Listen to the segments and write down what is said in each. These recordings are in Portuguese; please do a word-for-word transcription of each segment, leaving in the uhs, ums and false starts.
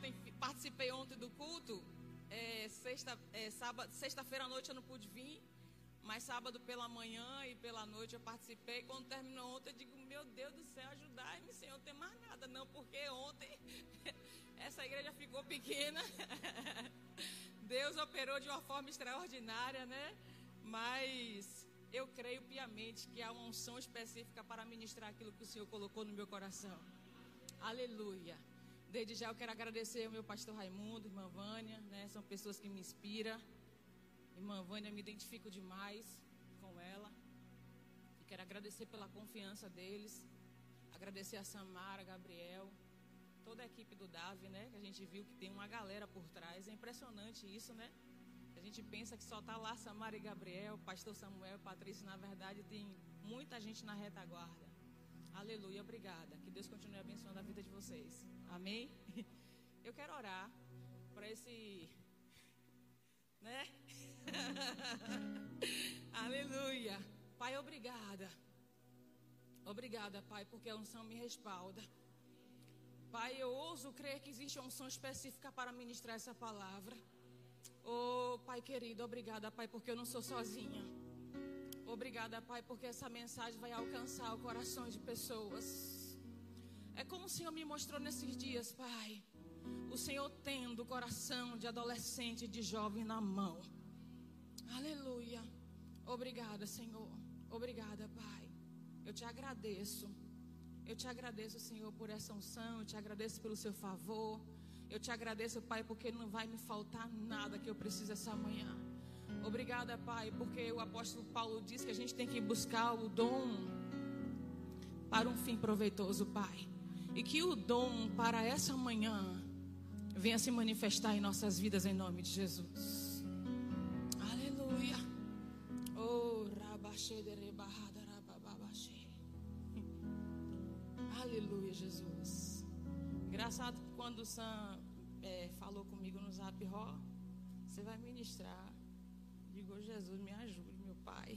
ontem, participei ontem do culto. É, sexta, é, sábado, sexta-feira à noite eu não pude vir, mas sábado pela manhã e pela noite eu participei. Quando terminou ontem, eu digo, meu Deus do céu, ajudai-me, Senhor, não tem mais nada não, porque ontem essa igreja ficou pequena. Deus operou de uma forma extraordinária, né? Mas eu creio piamente que há uma unção específica para ministrar aquilo que o Senhor colocou no meu coração. Aleluia. Desde já eu quero agradecer ao meu pastor Raimundo, irmã Vânia, né? São pessoas que me inspiram. Irmã Vânia, me identifico demais com ela. E quero agradecer pela confiança deles. Agradecer a Samara, Gabriel, toda a equipe do Davi, né? Que a gente viu que tem uma galera por trás. É impressionante isso, né? A gente pensa que só está lá Samara e Gabriel, pastor Samuel, Patrícia. Na verdade, tem muita gente na retaguarda. Aleluia, obrigada. Que Deus continue abençoando a vida de vocês. Amém? Eu quero orar para esse... né? Aleluia. Pai, obrigada. Obrigada, Pai, porque a unção me respalda. Pai, eu ouso crer que existe uma unção específica para ministrar essa palavra. Oh, Pai querido, obrigada, Pai, porque eu não sou sozinha. Obrigada, Pai, porque essa mensagem vai alcançar o coração de pessoas. É como o Senhor me mostrou nesses dias, Pai. O Senhor tendo o coração de adolescente e de jovem na mão. Aleluia. Obrigada, Senhor. Obrigada, Pai. Eu te agradeço. Eu te agradeço, Senhor, por essa unção. Eu te agradeço pelo seu favor. Eu te agradeço, Pai, porque não vai me faltar nada que eu preciso essa manhã. Obrigada, Pai, porque o apóstolo Paulo diz que a gente tem que buscar o dom para um fim proveitoso, Pai. E que o dom para essa manhã venha se manifestar em nossas vidas em nome de Jesus. Aleluia. Oh, rabaxê de rebarrada, rababaxê. Aleluia, Jesus. Engraçado que quando o Sam é, falou comigo no Zap Ró, você vai ministrar. Digo, Jesus, me ajude, meu Pai.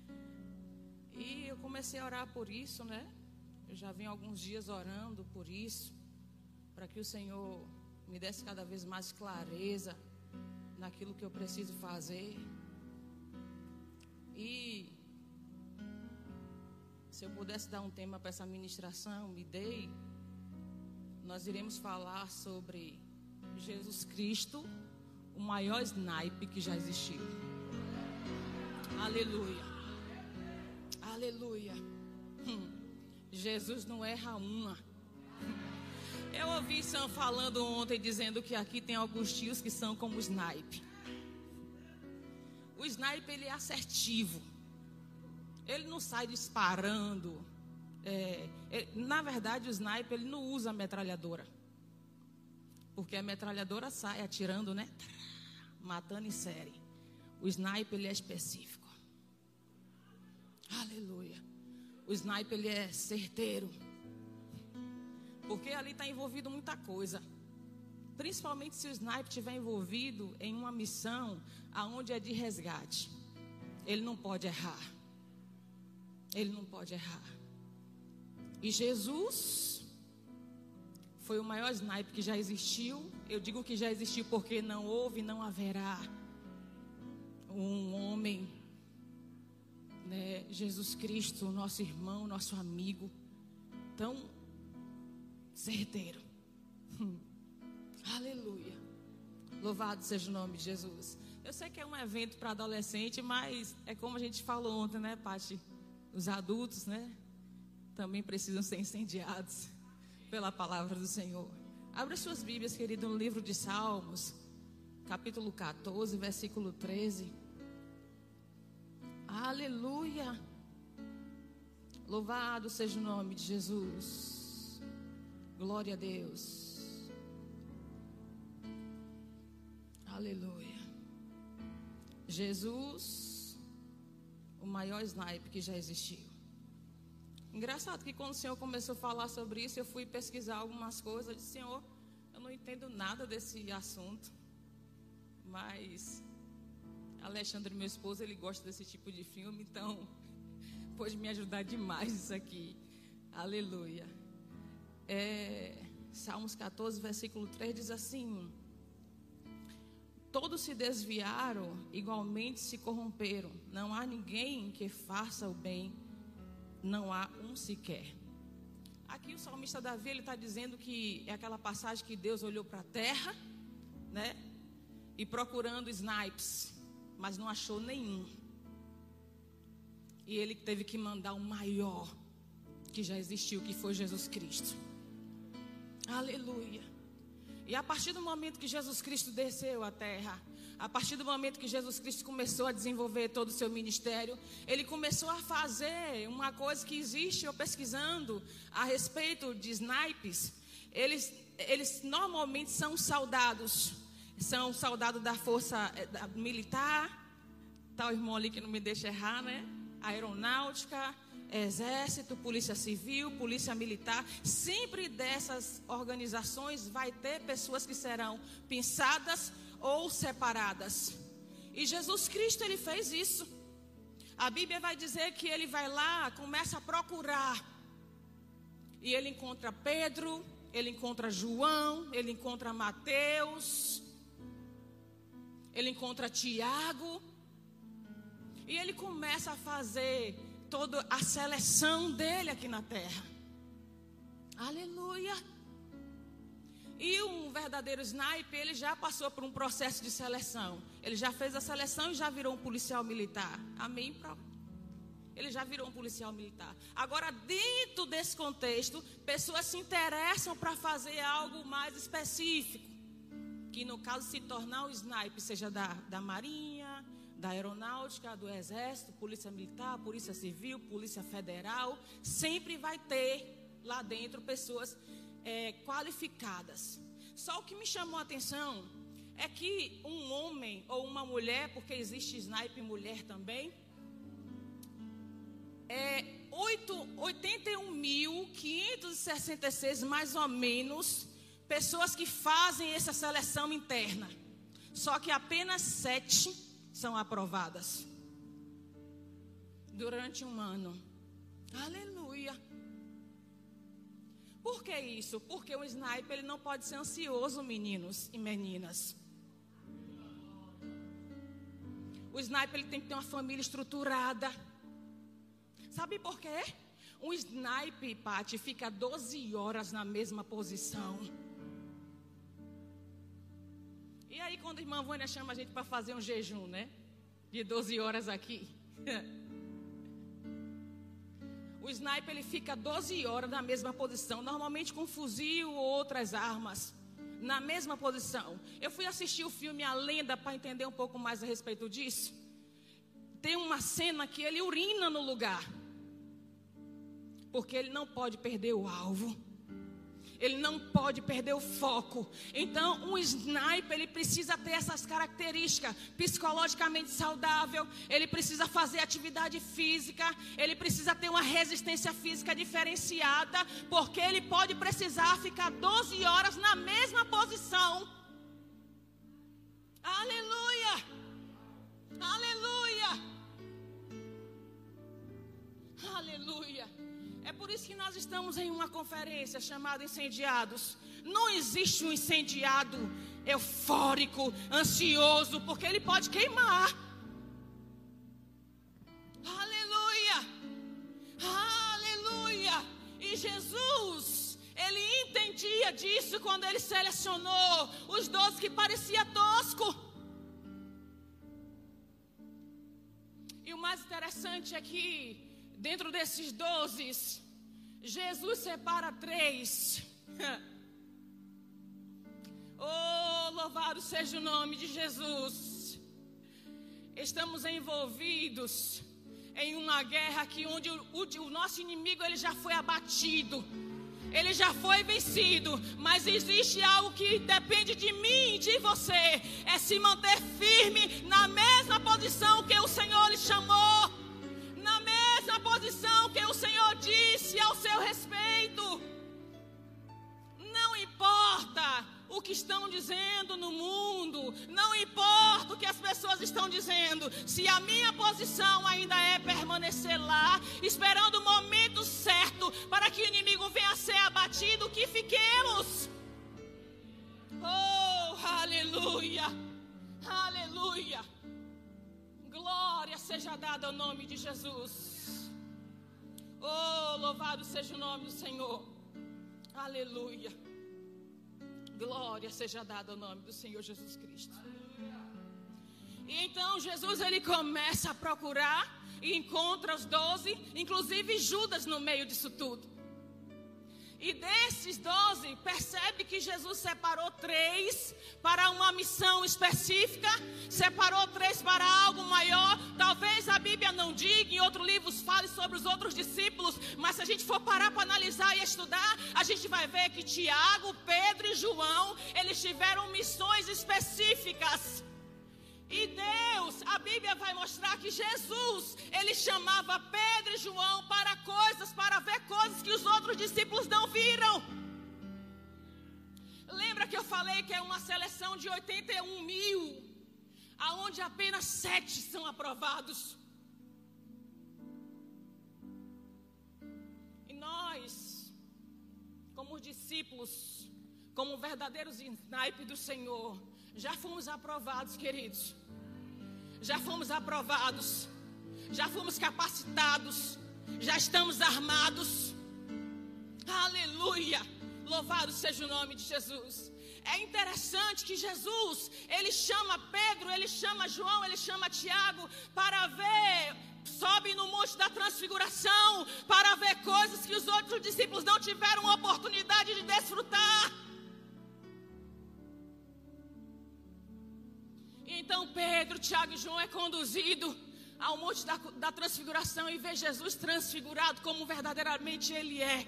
E eu comecei a orar por isso, né? Eu já venho alguns dias orando por isso, para que o Senhor me desse cada vez mais clareza naquilo que eu preciso fazer. E se eu pudesse dar um tema para essa ministração, me dei. Nós iremos falar sobre Jesus Cristo, o maior sniper que já existiu. Aleluia. Aleluia. Hum. Jesus não erra uma. Eu ouvi Sam falando ontem, dizendo que aqui tem alguns tios que são como o sniper. O sniper, ele é assertivo. Ele não sai disparando. É, ele, na verdade, o sniper, ele não usa a metralhadora. Porque a metralhadora sai atirando, né? Matando em série. O sniper, ele é específico. Aleluia. O sniper, ele é certeiro. Porque ali está envolvido muita coisa. Principalmente se o sniper estiver envolvido em uma missão aonde é de resgate. Ele não pode errar. Ele não pode errar. E Jesus foi o maior sniper que já existiu. Eu digo que já existiu porque não houve e não haverá um homem, né, Jesus Cristo, nosso irmão, nosso amigo, tão certeiro. Hum. Aleluia. Louvado seja o nome de Jesus. Eu sei que é um evento para adolescente, mas é como a gente falou ontem, né, Pati? Os adultos, né, também precisam ser incendiados pela palavra do Senhor. Abra suas Bíblias, querido, no livro de Salmos, capítulo catorze, versículo treze. Aleluia. Louvado seja o nome de Jesus. Glória a Deus. Aleluia. Jesus, o maior sniper que já existiu. Engraçado que quando o Senhor começou a falar sobre isso, eu fui pesquisar algumas coisas. Eu disse, Senhor, eu não entendo nada desse assunto. Mas Alexandre, meu esposo, ele gosta desse tipo de filme, então pode me ajudar demais isso aqui. Aleluia. É, Salmos catorze, versículo três diz assim: todos se desviaram, igualmente se corromperam. Não há ninguém que faça o bem, não há um sequer. Aqui o salmista Davi, ele está dizendo que é aquela passagem que Deus olhou para a terra, né? E procurando snipes, mas não achou nenhum. E ele teve que mandar o maior que já existiu, que foi Jesus Cristo. Aleluia. E a partir do momento que Jesus Cristo desceu à terra, a partir do momento que Jesus Cristo começou a desenvolver todo o seu ministério, ele começou a fazer uma coisa que existe, eu pesquisando a respeito de snipes. Eles, eles normalmente são soldados, são soldados da força da, militar, tá o irmão ali que não me deixa errar, né? Aeronáutica, Exército, Polícia Civil, Polícia Militar. Sempre dessas organizações vai ter pessoas que serão pinçadas ou separadas. E Jesus Cristo, ele fez isso. A Bíblia vai dizer que ele vai lá, começa a procurar. E ele encontra Pedro, ele encontra João, ele encontra Mateus, ele encontra Tiago. E ele começa a fazer toda a seleção dele aqui na terra. Aleluia. E um verdadeiro sniper, ele já passou por um processo de seleção. Ele já fez a seleção e já virou um policial militar. Amém? Ele já virou um policial militar. Agora, dentro desse contexto, pessoas se interessam para fazer algo mais específico. Que no caso se tornar um sniper, seja da, da Marinha, da Aeronáutica, do Exército, Polícia Militar, Polícia Civil, Polícia Federal. Sempre vai ter lá dentro pessoas é, qualificadas. Só o que me chamou a atenção é que um homem ou uma mulher, porque existe sniper mulher também, é oitenta e um mil quinhentos e sessenta e seis mais ou menos pessoas que fazem essa seleção interna. Só que apenas sete são aprovadas durante um ano. Aleluia. Por que isso? Porque o sniper, ele não pode ser ansioso, meninos e meninas. O sniper, ele tem que ter uma família estruturada. Sabe por quê? Um sniper, Pati, fica doze horas na mesma posição. E aí, quando a irmã Vânia chama a gente para fazer um jejum, né? De doze horas aqui. O sniper, ele fica doze horas na mesma posição. Normalmente com fuzil ou outras armas. Na mesma posição. Eu fui assistir o filme A Lenda para entender um pouco mais a respeito disso. Tem uma cena que ele urina no lugar. Porque ele não pode perder o alvo. Ele não pode perder o foco. Então, um sniper, ele precisa ter essas características. Psicologicamente saudável. Ele precisa fazer atividade física. Ele precisa ter uma resistência física diferenciada. Porque ele pode precisar ficar doze horas na mesma posição. Aleluia! Aleluia! Aleluia! É por isso que nós estamos em uma conferência chamada Incendiados. Não existe um incendiado eufórico, ansioso, porque ele pode queimar. Aleluia! Aleluia! E Jesus, ele entendia disso quando ele selecionou os doze que parecia tosco. E o mais interessante é que dentro desses doze, Jesus separa três. Oh, louvado seja o nome de Jesus. Estamos envolvidos em uma guerra aqui onde o, o, o nosso inimigo, ele já foi abatido. Ele já foi vencido. Mas existe algo que depende de mim e de você. É se manter firme na mesma posição que o Senhor lhe chamou. Na mesma posição que o Senhor disse ao seu respeito. Não importa o que estão dizendo no mundo. Não importa o que as pessoas estão dizendo. Se a minha posição ainda é permanecer lá, esperando o momento certo para que o inimigo venha a ser abatido, que fiquemos. seja dado ao nome de Jesus. Oh, louvado seja o nome do Senhor. Aleluia. Glória seja dada ao nome do Senhor Jesus Cristo. E então Jesus, ele começa a procurar e encontra os doze, inclusive Judas no meio disso tudo. E desses doze, percebe que Jesus separou três para uma missão específica, separou três para algo maior. Talvez a Bíblia não diga, em outros livros fale sobre os outros discípulos, mas se a gente for parar para analisar e estudar, a gente vai ver que Tiago, Pedro e João, eles tiveram missões específicas. E Deus, a Bíblia vai mostrar que Jesus, ele chamava Pedro e João para coisas, para ver coisas que os outros discípulos não viram. Lembra que eu falei que é uma seleção de oitenta e um mil, aonde apenas sete são aprovados. E nós, como discípulos, como verdadeiros snipers do Senhor, já fomos aprovados, queridos. Já fomos aprovados. Já fomos capacitados. Já estamos armados. Aleluia. Louvado seja o nome de Jesus. É interessante que Jesus, ele chama Pedro, ele chama João, ele chama Tiago para ver, sobe no monte da transfiguração, para ver coisas que os outros discípulos não tiveram oportunidade de desfrutar. Então Pedro, Tiago e João é conduzido ao monte da, da transfiguração e vê Jesus transfigurado como verdadeiramente ele é.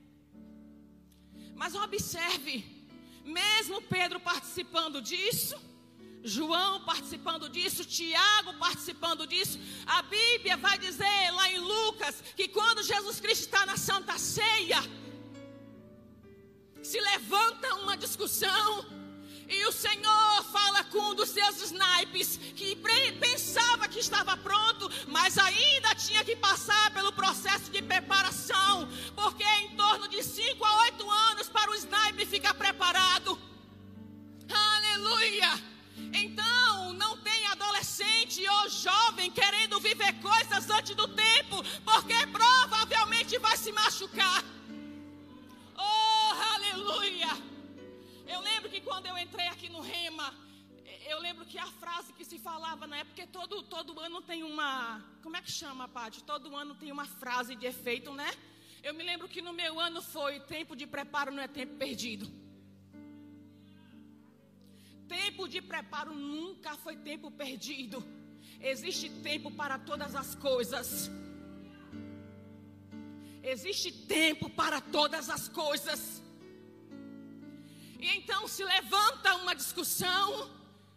Mas observe, mesmo Pedro participando disso, João participando disso, Tiago participando disso, a Bíblia vai dizer lá em Lucas que quando Jesus Cristo está na Santa Ceia, se levanta uma discussão. E o Senhor fala com um dos seus snipers que pensava que estava pronto, mas ainda tinha que passar pelo processo de preparação, porque é em torno de cinco a oito anos para o sniper ficar preparado. Aleluia! Então não tem adolescente ou jovem querendo viver coisas antes do tempo, porque provavelmente vai se machucar. Oh, aleluia! Eu lembro que quando eu entrei aqui no Rema, eu lembro que a frase que se falava na época, porque todo, todo ano tem uma, como é que chama, Paty? Todo ano tem uma frase de efeito, né? Eu me lembro que no meu ano foi, tempo de preparo não é tempo perdido. Tempo de preparo nunca foi tempo perdido. Existe tempo para todas as coisas. Existe tempo para todas as coisas. E então se levanta uma discussão.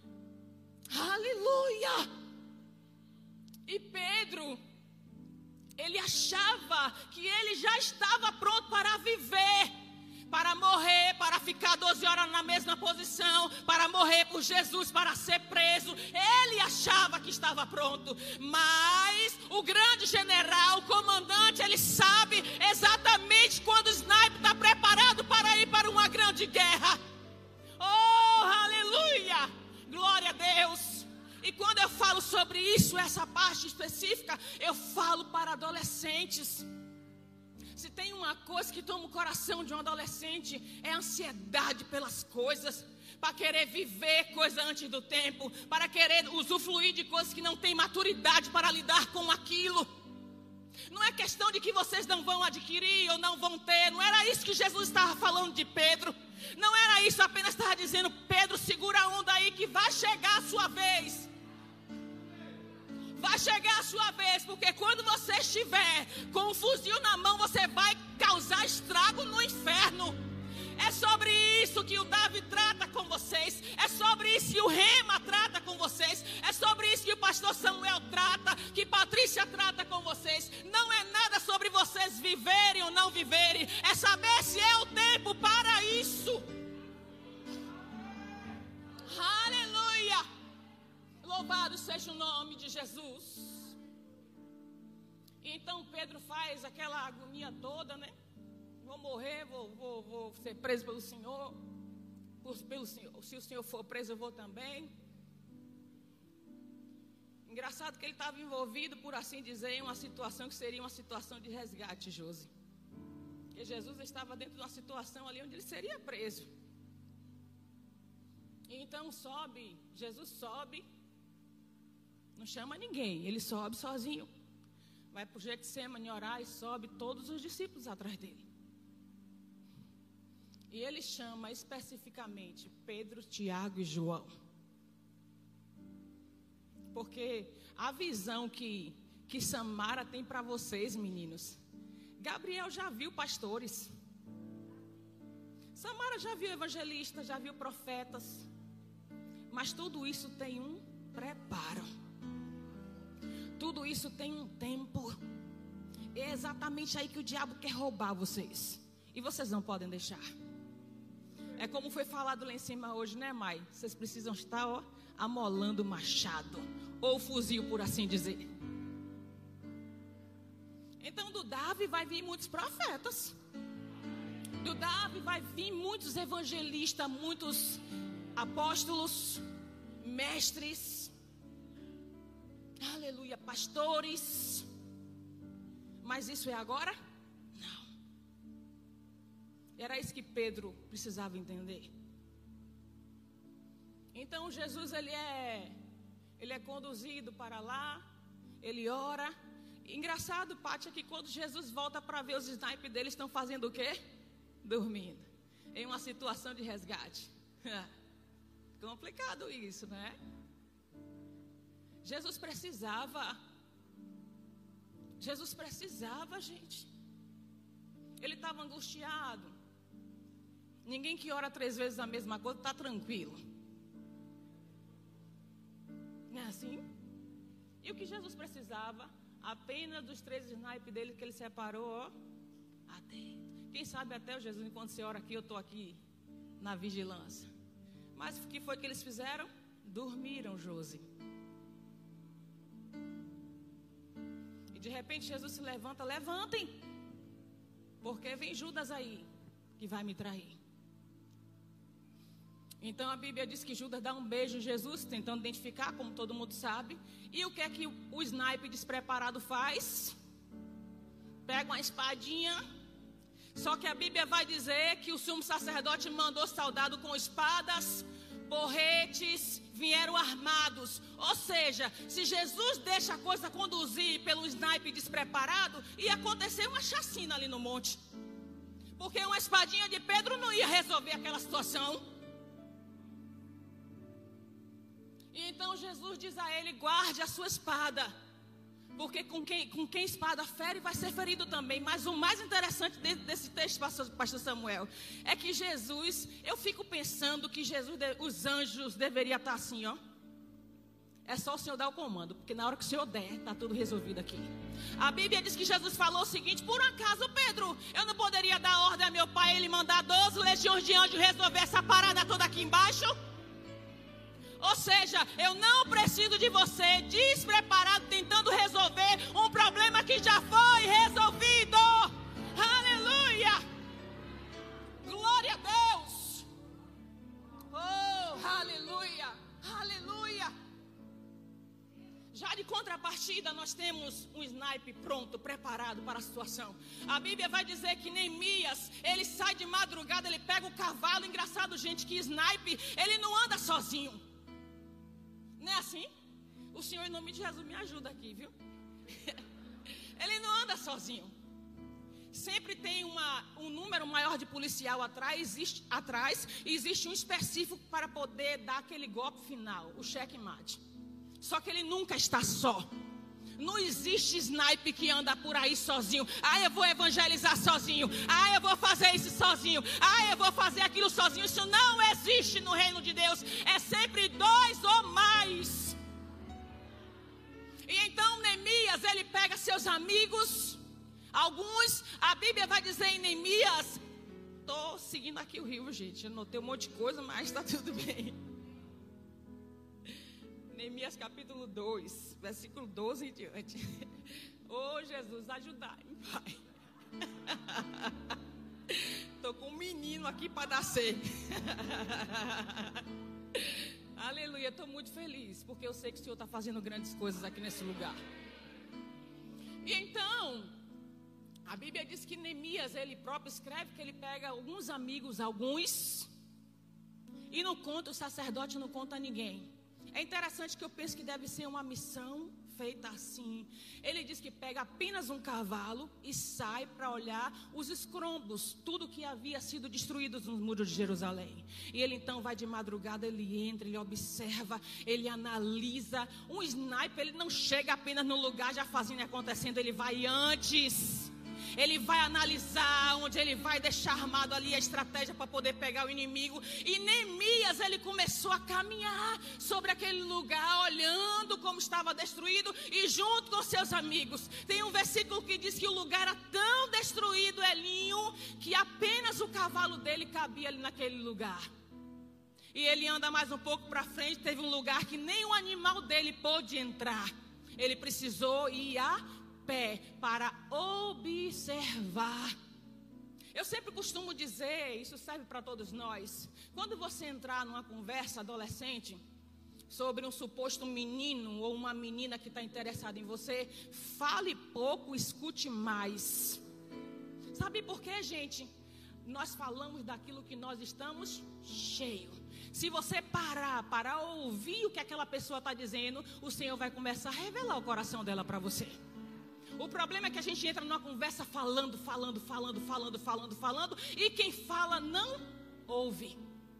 Aleluia! E Pedro, ele achava que ele já estava pronto para viver, para morrer, para ficar doze horas na mesma posição, para morrer por Jesus, para ser preso. Ele achava que estava pronto. Mas o grande general, o comandante, ele sabe exatamente quando o sniper está preparado para ir para uma grande guerra. Oh, aleluia! Glória a Deus! E quando eu falo sobre isso, essa parte específica, eu falo para adolescentes. Se tem uma coisa que toma o coração de um adolescente, é a ansiedade pelas coisas, para querer viver coisa antes do tempo, para querer usufruir de coisas que não tem maturidade para lidar com aquilo. Não é questão de que vocês não vão adquirir ou não vão ter, não era isso que Jesus estava falando de Pedro. Não era isso, apenas estava dizendo: Pedro, segura a onda aí que vai chegar a sua vez. Vai chegar a sua vez, porque quando você estiver com um fuzil na mão, você vai causar estrago no inferno. É sobre isso que o Davi trata com vocês. É sobre isso que o Rema trata com vocês. É sobre isso que o pastor Samuel trata, que Patrícia trata com vocês. Não é nada sobre vocês viverem ou não viverem. É saber se é o tempo para isso. Aleluia! Louvado seja o nome de Jesus. Então Pedro faz aquela agonia toda, né? Vou morrer, vou, vou, vou ser preso pelo Senhor. Por, pelo Senhor. Se o Senhor for preso, eu vou também. Engraçado que ele estava envolvido, por assim dizer, em uma situação que seria uma situação de resgate, Josi. Porque Jesus estava dentro de uma situação ali onde ele seria preso. Então sobe, Jesus sobe, não chama ninguém, ele sobe sozinho. Vai para o Getsemane orar e sobe todos os discípulos atrás dele. E ele chama especificamente Pedro, Tiago e João. Porque a visão que, que Samara tem para vocês, meninos, Gabriel já viu pastores, Samara já viu evangelistas, já viu profetas, mas tudo isso tem um preparo, tudo isso tem um tempo. É exatamente aí que o diabo quer roubar vocês, e vocês não podem deixar. É como foi falado lá em cima hoje, né, Mai? Vocês precisam estar, ó, amolando o machado ou o fuzil, por assim dizer. Então do Davi vai vir muitos profetas, do Davi vai vir muitos evangelistas, muitos apóstolos, mestres, aleluia, pastores. Mas isso é agora? Não. Era isso que Pedro precisava entender. Então Jesus, ele é, ele é conduzido para lá, ele ora. Engraçado, Pátia, que quando Jesus volta para ver os snipers dele, estão fazendo o quê? Dormindo, em uma situação de resgate. Complicado isso, né? Jesus precisava, Jesus precisava, gente. Ele estava angustiado. Ninguém que ora três vezes a mesma coisa está tranquilo. Não é assim? E o que Jesus precisava? Apenas dos três snipes dele que ele separou, ó, atento. Quem sabe até o Jesus, enquanto você ora aqui, eu estou aqui na vigilância. Mas o que foi que eles fizeram? Dormiram, Josi. E de repente Jesus se levanta, levantem, porque vem Judas aí, que vai me trair. Então a Bíblia diz que Judas dá um beijo em Jesus, tentando identificar, como todo mundo sabe. E o que é que o, o sniper despreparado faz? Pega uma espadinha. Só que a Bíblia vai dizer que o sumo sacerdote mandou soldado com espadas, porretes, vieram armados. Ou seja, se Jesus deixa a coisa conduzir pelo sniper despreparado, ia acontecer uma chacina ali no monte. Porque uma espadinha de Pedro não ia resolver aquela situação. E então Jesus diz a ele: guarde a sua espada, porque com quem, com quem espada fere vai ser ferido também. Mas o mais interessante desse texto, pastor Samuel, é que Jesus, eu fico pensando que Jesus, os anjos deveriam estar assim, ó. É só o Senhor dar o comando, porque na hora que o Senhor der, está tudo resolvido aqui. A Bíblia diz que Jesus falou o seguinte: por acaso, Pedro, eu não poderia dar ordem a meu pai, ele mandar doze legiões de anjos resolver essa parada toda aqui embaixo? Ou seja, eu não preciso de você despreparado tentando resolver um problema que já foi resolvido. Aleluia! Glória a Deus! Oh, aleluia! Aleluia! Já de contrapartida, nós temos um sniper pronto, preparado para a situação. A Bíblia vai dizer que Neemias, ele sai de madrugada, ele pega o cavalo. Engraçado, gente, que sniper, ele não anda sozinho. Não é assim? O Senhor, em nome de Jesus, me ajuda aqui, viu? Ele não anda sozinho. Sempre tem uma, um número maior de policial atrás, existe, atrás, e existe um específico para poder dar aquele golpe final, o checkmate. Só que ele nunca está só. Não existe sniper que anda por aí sozinho. Ah, eu vou evangelizar sozinho. Ah, eu vou fazer isso sozinho. Ah, eu vou fazer aquilo sozinho. Isso não existe no reino de Deus. É sempre dois ou mais. E então Neemias, ele pega seus amigos. Alguns, a Bíblia vai dizer em Neemias. Estou seguindo aqui o rio, gente. Eu notei um monte de coisa, mas está tudo bem. Neemias capítulo dois, versículo doze em diante. Oh, Jesus, ajudai-me, Pai. Estou com um menino aqui para nascer. Aleluia, estou muito feliz, porque eu sei que o Senhor está fazendo grandes coisas aqui nesse lugar. E então, a Bíblia diz que Neemias, ele próprio escreve que ele pega alguns amigos, alguns, e não conta, o sacerdote não conta a ninguém. É interessante que eu penso que deve ser uma missão feita assim. Ele diz que pega apenas um cavalo e sai para olhar os escombros, tudo que havia sido destruído nos muros de Jerusalém. E ele então vai de madrugada, ele entra, ele observa, ele analisa. Um sniper, ele não chega apenas no lugar já fazendo e acontecendo, ele vai antes. Ele vai analisar onde ele vai deixar armado ali a estratégia para poder pegar o inimigo. E Neemias, ele começou a caminhar sobre aquele lugar, olhando como estava destruído e junto com seus amigos. Tem um versículo que diz que o lugar era tão destruído, Elinho, que apenas o cavalo dele cabia ali naquele lugar. E ele anda mais um pouco para frente, teve um lugar que nem o animal dele pôde entrar. Ele precisou ir a pé para observar. Eu sempre costumo dizer, isso serve para todos nós, quando você entrar numa conversa adolescente sobre um suposto menino ou uma menina que está interessada em você, fale pouco, escute mais. Sabe por quê, gente? Nós falamos daquilo que nós estamos cheios. Se você parar para ouvir o que aquela pessoa está dizendo, o Senhor vai começar a revelar o coração dela para você. O problema é que a gente entra numa conversa falando, falando, falando, falando, falando, falando, e quem fala não ouve.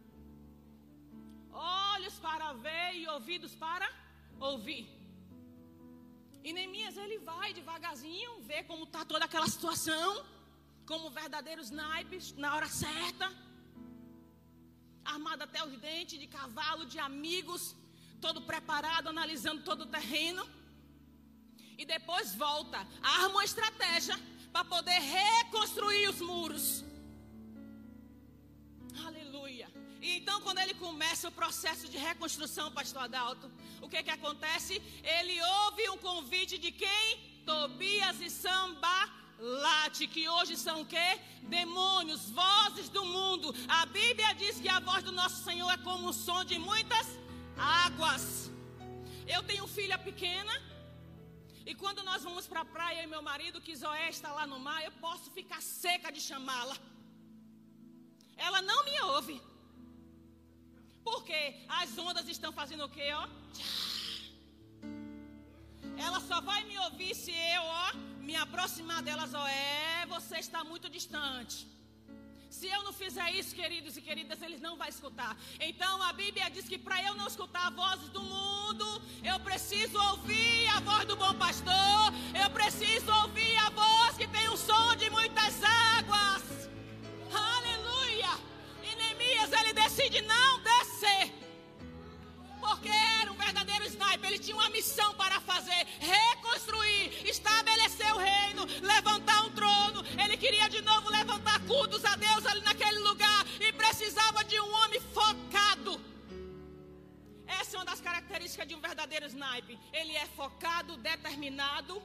Olhos para ver e ouvidos para ouvir. E Neemias, ele vai devagarzinho, vê como está toda aquela situação, como verdadeiros naipes, na hora certa, armado até os dentes, de cavalo, de amigos, todo preparado, analisando todo o terreno. E depois volta, arma uma estratégia para poder reconstruir os muros. Aleluia. E então quando ele começa o processo de reconstrução, pastor Adalto, o que que acontece? Ele ouve um convite de quem? Tobias e Sambalate, que hoje são o quê? Demônios, vozes do mundo. A Bíblia diz que a voz do nosso Senhor é como o som de muitas águas. Eu tenho filha pequena. E quando nós vamos para a praia, eu e meu marido, que Zoé está lá no mar, eu posso ficar seca de chamá-la. Ela não me ouve. Porque as ondas estão fazendo o quê, ó? Ela só vai me ouvir se eu, ó, me aproximar dela. Zoé, você está muito distante. Se eu não fizer isso, queridos e queridas, eles não vão escutar. Então a Bíblia diz que para eu não escutar a voz do mundo, eu preciso ouvir a voz do bom pastor. Eu preciso ouvir a voz que tem o som de muitas águas. Aleluia. E Neemias, ele decide não descer, porque era um verdadeiro sniper. Ele tinha uma missão para fazer: reconstruir, estabelecer o reino, levantar um trono. Ele queria de novo levantar cultos a Deus ali naquele lugar, e precisava de um homem focado. Essa é uma das características de um verdadeiro sniper. Ele é focado, determinado,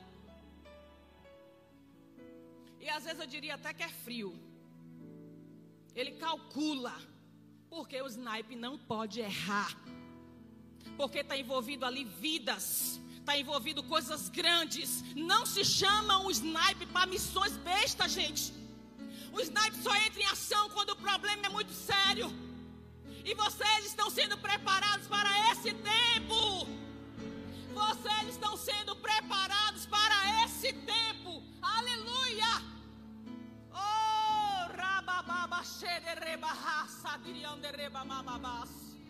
e às vezes eu diria até que é frio. Ele calcula, porque o sniper não pode errar, porque está envolvido ali vidas, está envolvido coisas grandes. Não se chama um sniper para missões bestas, gente. O sniper só entra em ação quando o problema é muito sério. E vocês estão sendo preparados para esse tempo. Vocês estão sendo preparados para esse tempo. Aleluia. Oh, rabababa, xederebarraça, diriam de rebamababás.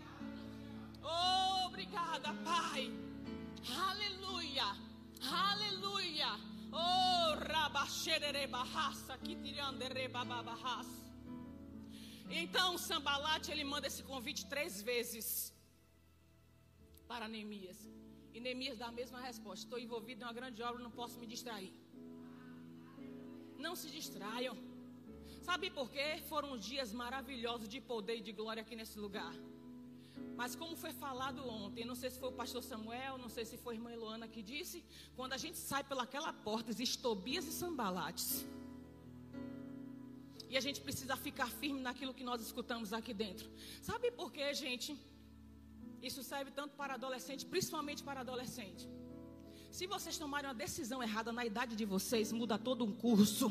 Oh, obrigada, Pai. Aleluia, aleluia. Oh, rabaxererebarraça, que tirande rebababarras. Então Sambalate, ele manda esse convite três vezes para Neemias. E Neemias dá a mesma resposta: estou envolvido em uma grande obra, não posso me distrair. Não se distraiam. Sabe por quê? Foram dias maravilhosos de poder e de glória aqui nesse lugar. Mas como foi falado ontem, não sei se foi o pastor Samuel, não sei se foi a irmã Eloana que disse, quando a gente sai pelaquela porta, existem Tobias e Sambalates. E a gente precisa ficar firme naquilo que nós escutamos aqui dentro. Sabe por quê, gente? Isso serve tanto para adolescente, principalmente para adolescente. Se vocês tomarem uma decisão errada na idade de vocês, muda todo um curso.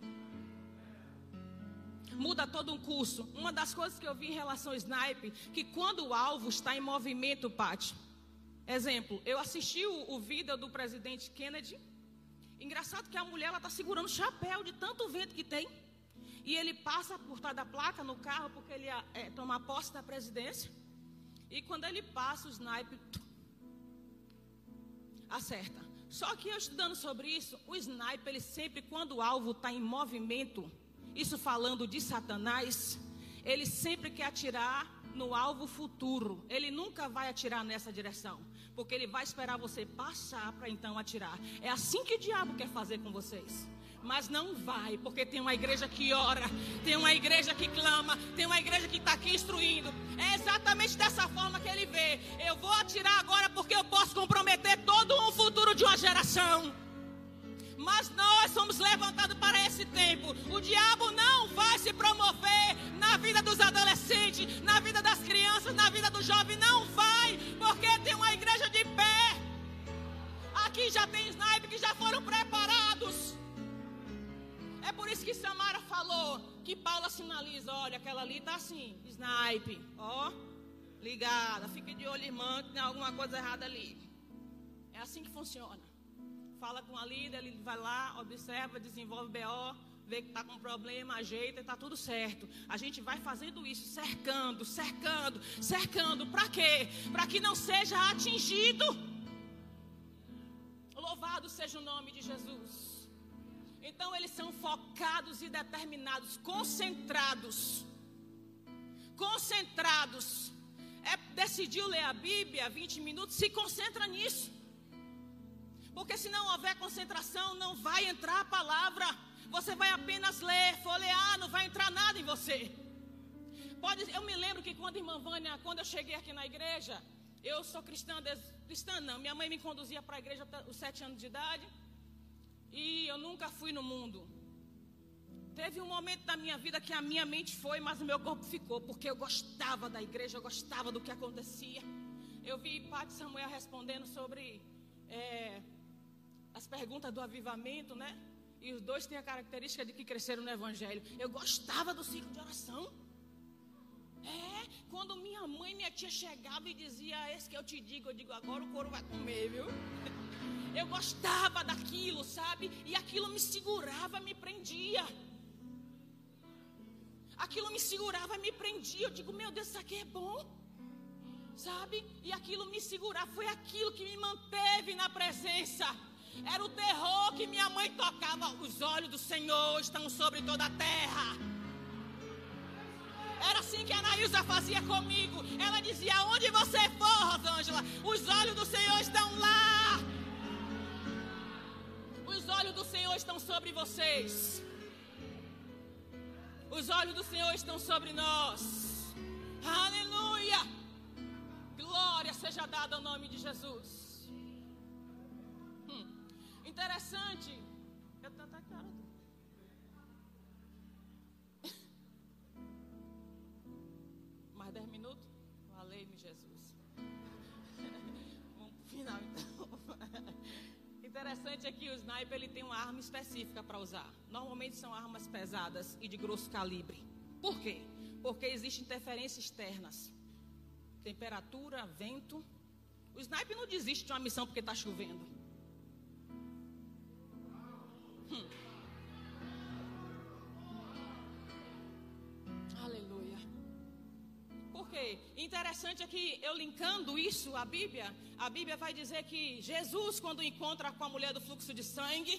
Muda todo um curso. Uma das coisas que eu vi em relação ao sniper, que quando o alvo está em movimento, Paty. Exemplo, eu assisti o, o vídeo do presidente Kennedy. Engraçado que a mulher ela está segurando o chapéu de tanto vento que tem. E ele passa por trás da placa no carro, porque ele ia é, tomar posse da presidência. E quando ele passa, o sniper acerta. Só que eu estudando sobre isso, o sniper, ele sempre, quando o alvo está em movimento, isso falando de Satanás, ele sempre quer atirar no alvo futuro. Ele nunca vai atirar nessa direção, porque ele vai esperar você passar para então atirar. É assim que o diabo quer fazer com vocês. Mas não vai, porque tem uma igreja que ora, tem uma igreja que clama, tem uma igreja que está aqui instruindo. É exatamente dessa forma que ele vê. Eu vou atirar agora porque eu posso comprometer todo um futuro de uma geração. Mas nós somos levantados para esse tempo. O diabo não vai se promover na vida dos adolescentes, na vida das crianças, na vida do jovem. Não vai, porque tem uma igreja de pé. Aqui já tem sniper que já foram preparados. É por isso que Samara falou, que Paula sinaliza, olha, aquela ali está assim, sniper, ó, ligada, fique de olho, irmã, que tem alguma coisa errada ali. É assim que funciona. Fala com a líder, ele vai lá, observa, desenvolve B O, vê que está com problema, ajeita e está tudo certo. A gente vai fazendo isso, cercando, cercando, cercando. Para quê? Para que não seja atingido. Louvado seja o nome de Jesus. Então eles são focados e determinados, concentrados. Concentrados. É, decidiu ler a Bíblia vinte minutos, se concentra nisso. Porque se não houver concentração, não vai entrar a palavra. Você vai apenas ler, folhear, não vai entrar nada em você. Pode, eu me lembro que quando a irmã Vânia, quando eu cheguei aqui na igreja, eu sou cristã, cristã não, minha mãe me conduzia para a igreja até os sete anos de idade. E eu nunca fui no mundo. Teve um momento da minha vida que a minha mente foi, mas o meu corpo ficou, porque eu gostava da igreja, eu gostava do que acontecia. Eu vi Paty e Samuel respondendo sobre é, as perguntas do avivamento, né? E os dois têm a característica de que cresceram no evangelho. Eu gostava do ciclo de oração. É, quando minha mãe e minha tia chegavam e diziam, esse que eu te digo, eu digo, agora o couro vai comer, viu? Eu gostava daquilo, sabe? E aquilo me segurava, me prendia. Aquilo me segurava, me prendia. Eu digo, meu Deus, isso aqui é bom. Sabe? E aquilo me segurava. Foi aquilo que me manteve na presença. Era o terror que minha mãe tocava. Os olhos do Senhor estão sobre toda a terra. Era assim que a Anaísa fazia comigo. Ela dizia, onde você for, Rosângela, os olhos do Senhor estão lá. Os olhos do Senhor estão sobre vocês. Os olhos do Senhor estão sobre nós. Aleluia. Glória seja dada ao nome de Jesus. Hum. Interessante. Eu tô até cara. Mais dez minutos? Valeu-me, Jesus. Vamos pro final então. Interessante é que o sniper ele tem uma arma específica para usar. Normalmente são armas pesadas e de grosso calibre. Por quê? Porque existem interferências externas. Temperatura, vento. O sniper não desiste de uma missão porque está chovendo. Hum. Aleluia. Por quê? Interessante é que eu linkando isso à Bíblia, a Bíblia vai dizer que Jesus, quando encontra com a mulher do fluxo de sangue,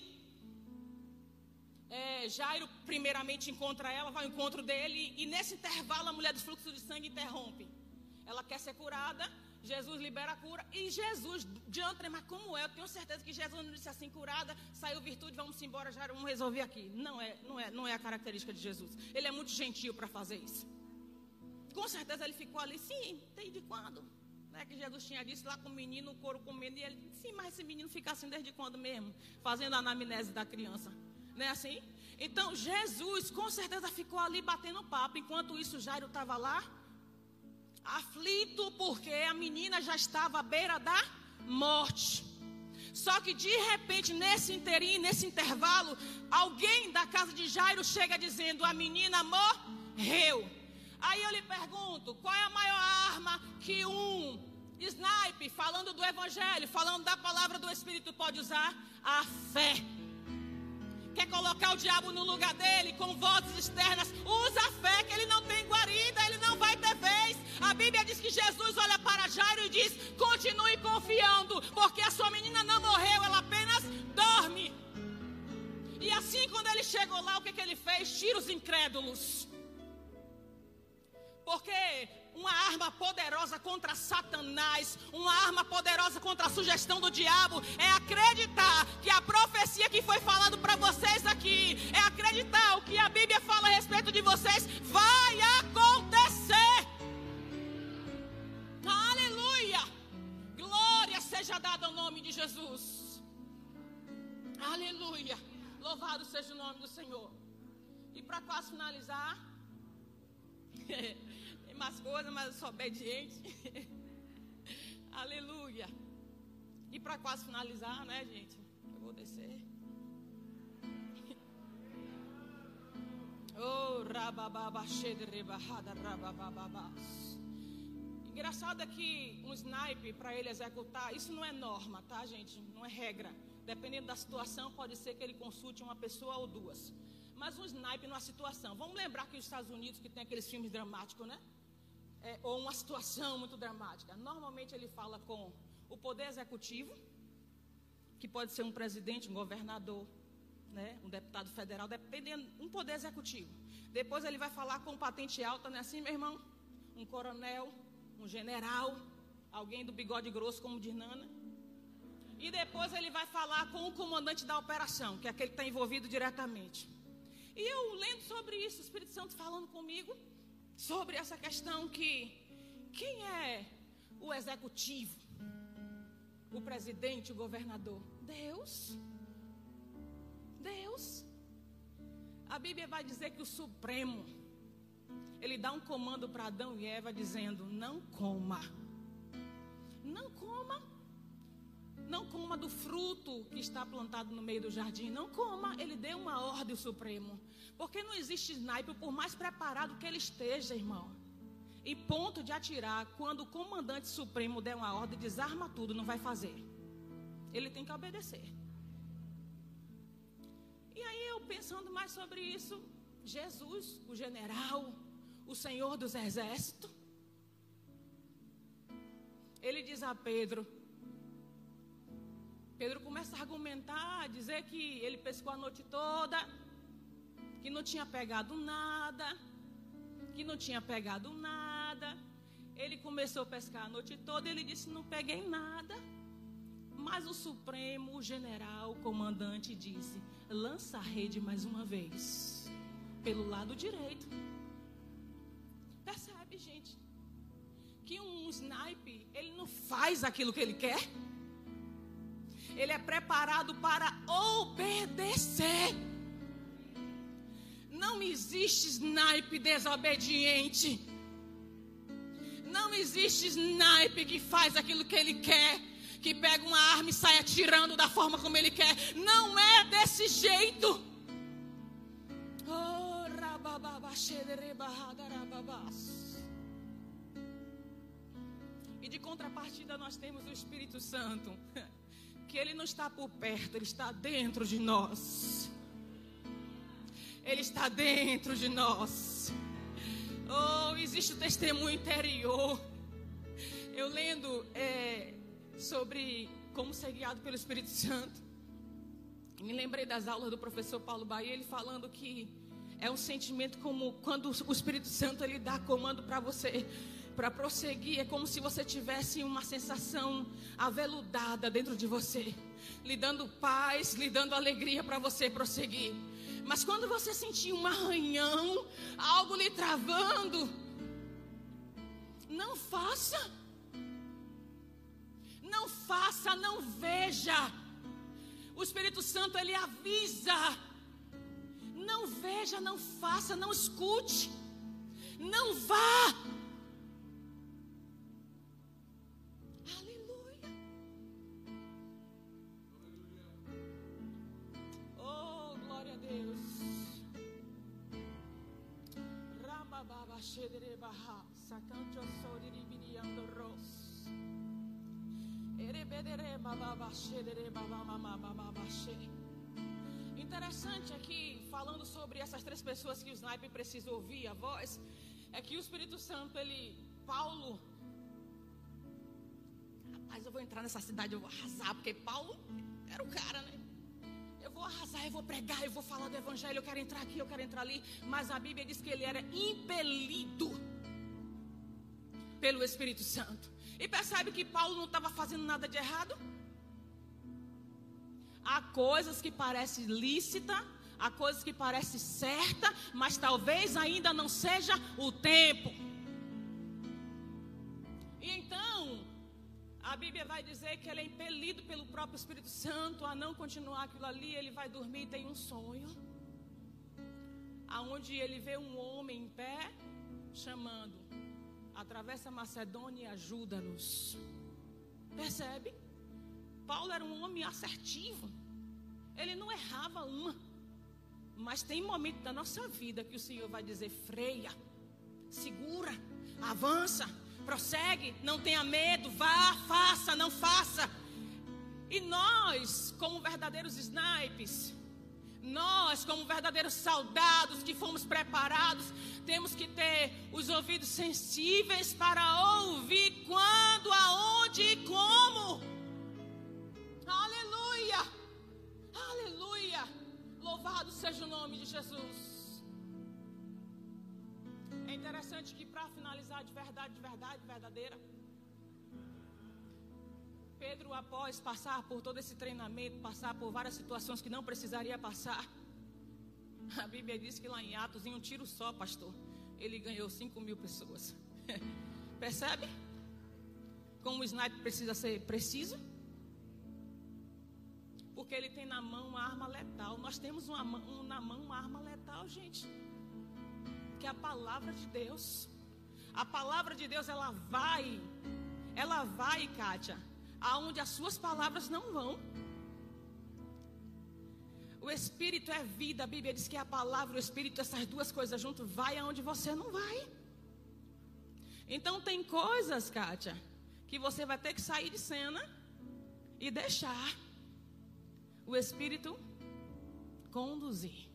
é, Jairo primeiramente encontra ela, vai ao encontro dele, e nesse intervalo a mulher do fluxo de sangue interrompe. Ela quer ser curada, Jesus libera a cura, e Jesus, diante, mas como é? Eu tenho certeza que Jesus não disse assim, curada, saiu virtude, vamos embora, Jairo, vamos resolver aqui. Não é, não é, não é a característica de Jesus. Ele é muito gentil para fazer isso. Com certeza ele ficou ali, sim, desde quando? Né, que Jesus tinha dito lá com o menino, o couro comendo, e ele disse, sim, mas esse menino fica assim desde quando mesmo? Fazendo a anamnese da criança. Não é assim? Então Jesus com certeza ficou ali batendo papo. Enquanto isso Jairo estava lá aflito porque a menina já estava à beira da morte. Só que de repente, nesse interim, nesse intervalo, alguém da casa de Jairo chega dizendo: a menina morreu. Aí eu lhe pergunto, qual é a maior arma que um sniper, falando do evangelho, falando da palavra do Espírito, pode usar? A fé. Quer colocar o diabo no lugar dele com vozes externas? Usa a fé, que ele não tem guarida, ele não vai ter vez. A Bíblia diz que Jesus olha para Jairo e diz: continue confiando, porque a sua menina não morreu, ela apenas dorme. E assim, quando ele chegou lá, o que, que ele fez? Tira os incrédulos. Porque uma arma poderosa contra Satanás, uma arma poderosa contra a sugestão do diabo, é acreditar que a profecia que foi falado para vocês aqui, é acreditar o que a Bíblia fala a respeito de vocês, vai acontecer. Aleluia! Glória seja dada ao nome de Jesus. Aleluia! Louvado seja o nome do Senhor. E para quase finalizar, tem mais coisas, mas eu sou obediente. Aleluia. E para quase finalizar, né, gente? Eu vou descer. Oh, engraçado é que um sniper, para ele executar, isso não é norma, tá, gente? Não é regra. Dependendo da situação, pode ser que ele consulte uma pessoa ou duas. Mas um sniper numa situação. Vamos lembrar que os Estados Unidos, que tem aqueles filmes dramáticos, né? É, ou uma situação muito dramática. Normalmente ele fala com o poder executivo, que pode ser um presidente, um governador, né? Um deputado federal, dependendo, um poder executivo. Depois ele vai falar com patente alta, não é assim, meu irmão? Um coronel, um general, alguém do bigode grosso, como diz Nana. E depois ele vai falar com o comandante da operação, que é aquele que está envolvido diretamente. E eu lendo sobre isso, o Espírito Santo falando comigo sobre essa questão que quem é o executivo, o presidente, o governador? Deus. Deus. A Bíblia vai dizer que o Supremo, ele dá um comando para Adão e Eva dizendo: não coma. Não coma. Não coma do fruto que está plantado no meio do jardim. Não coma. Ele deu uma ordem ao Supremo. Porque não existe sniper, por mais preparado que ele esteja, irmão, em ponto de atirar, quando o comandante supremo der uma ordem, desarma tudo, não vai fazer. Ele tem que obedecer. E aí eu pensando mais sobre isso, Jesus, o general, o Senhor dos exércitos, ele diz a Pedro, Pedro começa a argumentar, a dizer que ele pescou a noite toda, que não tinha pegado nada, que não tinha pegado nada. Ele começou a pescar a noite toda, ele disse: não peguei nada. Mas o Supremo, o general, o comandante disse: lança a rede mais uma vez, pelo lado direito. Percebe, gente, que um sniper, ele não faz aquilo que ele quer. Ele é preparado para obedecer. Não existe sniper desobediente. Não existe sniper que faz aquilo que ele quer, que pega uma arma e sai atirando da forma como ele quer. Não é desse jeito. Oh, e de contrapartida nós temos o Espírito Santo, que ele não está por perto, ele está dentro de nós. Ele está dentro de nós. Oh, existe o testemunho interior. Eu lendo é, sobre como ser guiado pelo Espírito Santo, me lembrei das aulas do professor Paulo Bahia, ele falando que é um sentimento como quando o Espírito Santo ele dá comando para você, para prosseguir, é como se você tivesse uma sensação aveludada dentro de você, lhe dando paz, lhe dando alegria para você prosseguir. Mas quando você sentir um arranhão, algo lhe travando, não faça. Não faça, não veja. O Espírito Santo, ele avisa. Não veja, não faça, não escute. Não vá. Interessante aqui, falando sobre essas três pessoas que o sniper precisa ouvir a voz, é que o Espírito Santo, ele, Paulo, rapaz, eu vou entrar nessa cidade, eu vou arrasar, porque Paulo era o cara, né? Eu vou arrasar, eu vou pregar, eu vou falar do evangelho, eu quero entrar aqui, eu quero entrar ali. Mas a Bíblia diz que ele era impelido pelo Espírito Santo. E percebe que Paulo não estava fazendo nada de errado? Há coisas que parecem lícitas, há coisas que parecem certas, mas talvez ainda não seja o tempo. E então, a Bíblia vai dizer que ele é impelido pelo próprio Espírito Santo a não continuar aquilo ali. Ele vai dormir e tem um sonho, aonde ele vê um homem em pé, chamando: atravessa Macedônia e ajuda-nos. Percebe? Paulo era um homem assertivo. Ele não errava uma. Mas tem momentos da nossa vida que o Senhor vai dizer: freia, segura, avança, prossegue, não tenha medo, vá, faça, não faça. E nós, como verdadeiros snipers, nós, como verdadeiros soldados que fomos preparados, temos que ter os ouvidos sensíveis para ouvir quando, aonde e como. Aleluia, aleluia, louvado seja o nome de Jesus. É interessante que, para finalizar de verdade, de verdade, verdadeira, Pedro, após passar por todo esse treinamento, passar por várias situações que não precisaria passar, a Bíblia diz que lá em Atos, em um tiro só, pastor, ele ganhou cinco mil pessoas. Percebe? Como o sniper precisa ser preciso? Porque ele tem na mão uma arma letal. Nós temos uma, um, na mão uma arma letal, gente, que é a palavra de Deus. A palavra de Deus, ela vai, ela vai, Kátia, aonde as suas palavras não vão. O Espírito é vida. A Bíblia diz que a palavra e o Espírito, essas duas coisas juntas, vai aonde você não vai. Então tem coisas, Kátia, que você vai ter que sair de cena e deixar o Espírito conduzir.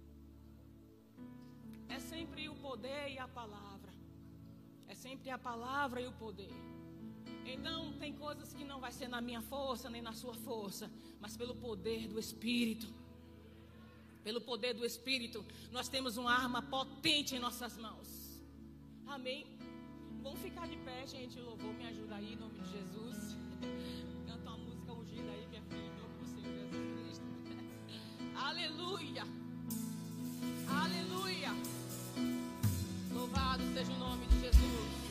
É sempre o poder e a palavra. É sempre a palavra e o poder. Então tem coisas que não vai ser na minha força, nem na sua força, mas pelo poder do Espírito. Pelo poder do Espírito, nós temos uma arma potente em nossas mãos. Amém? Vamos ficar de pé, gente. Louvor, me ajuda aí, em nome de Jesus. Canta uma música ungida aí, minha filha, em nome do Senhor Jesus Cristo. Aleluia. Aleluia. Louvado seja o nome de Jesus.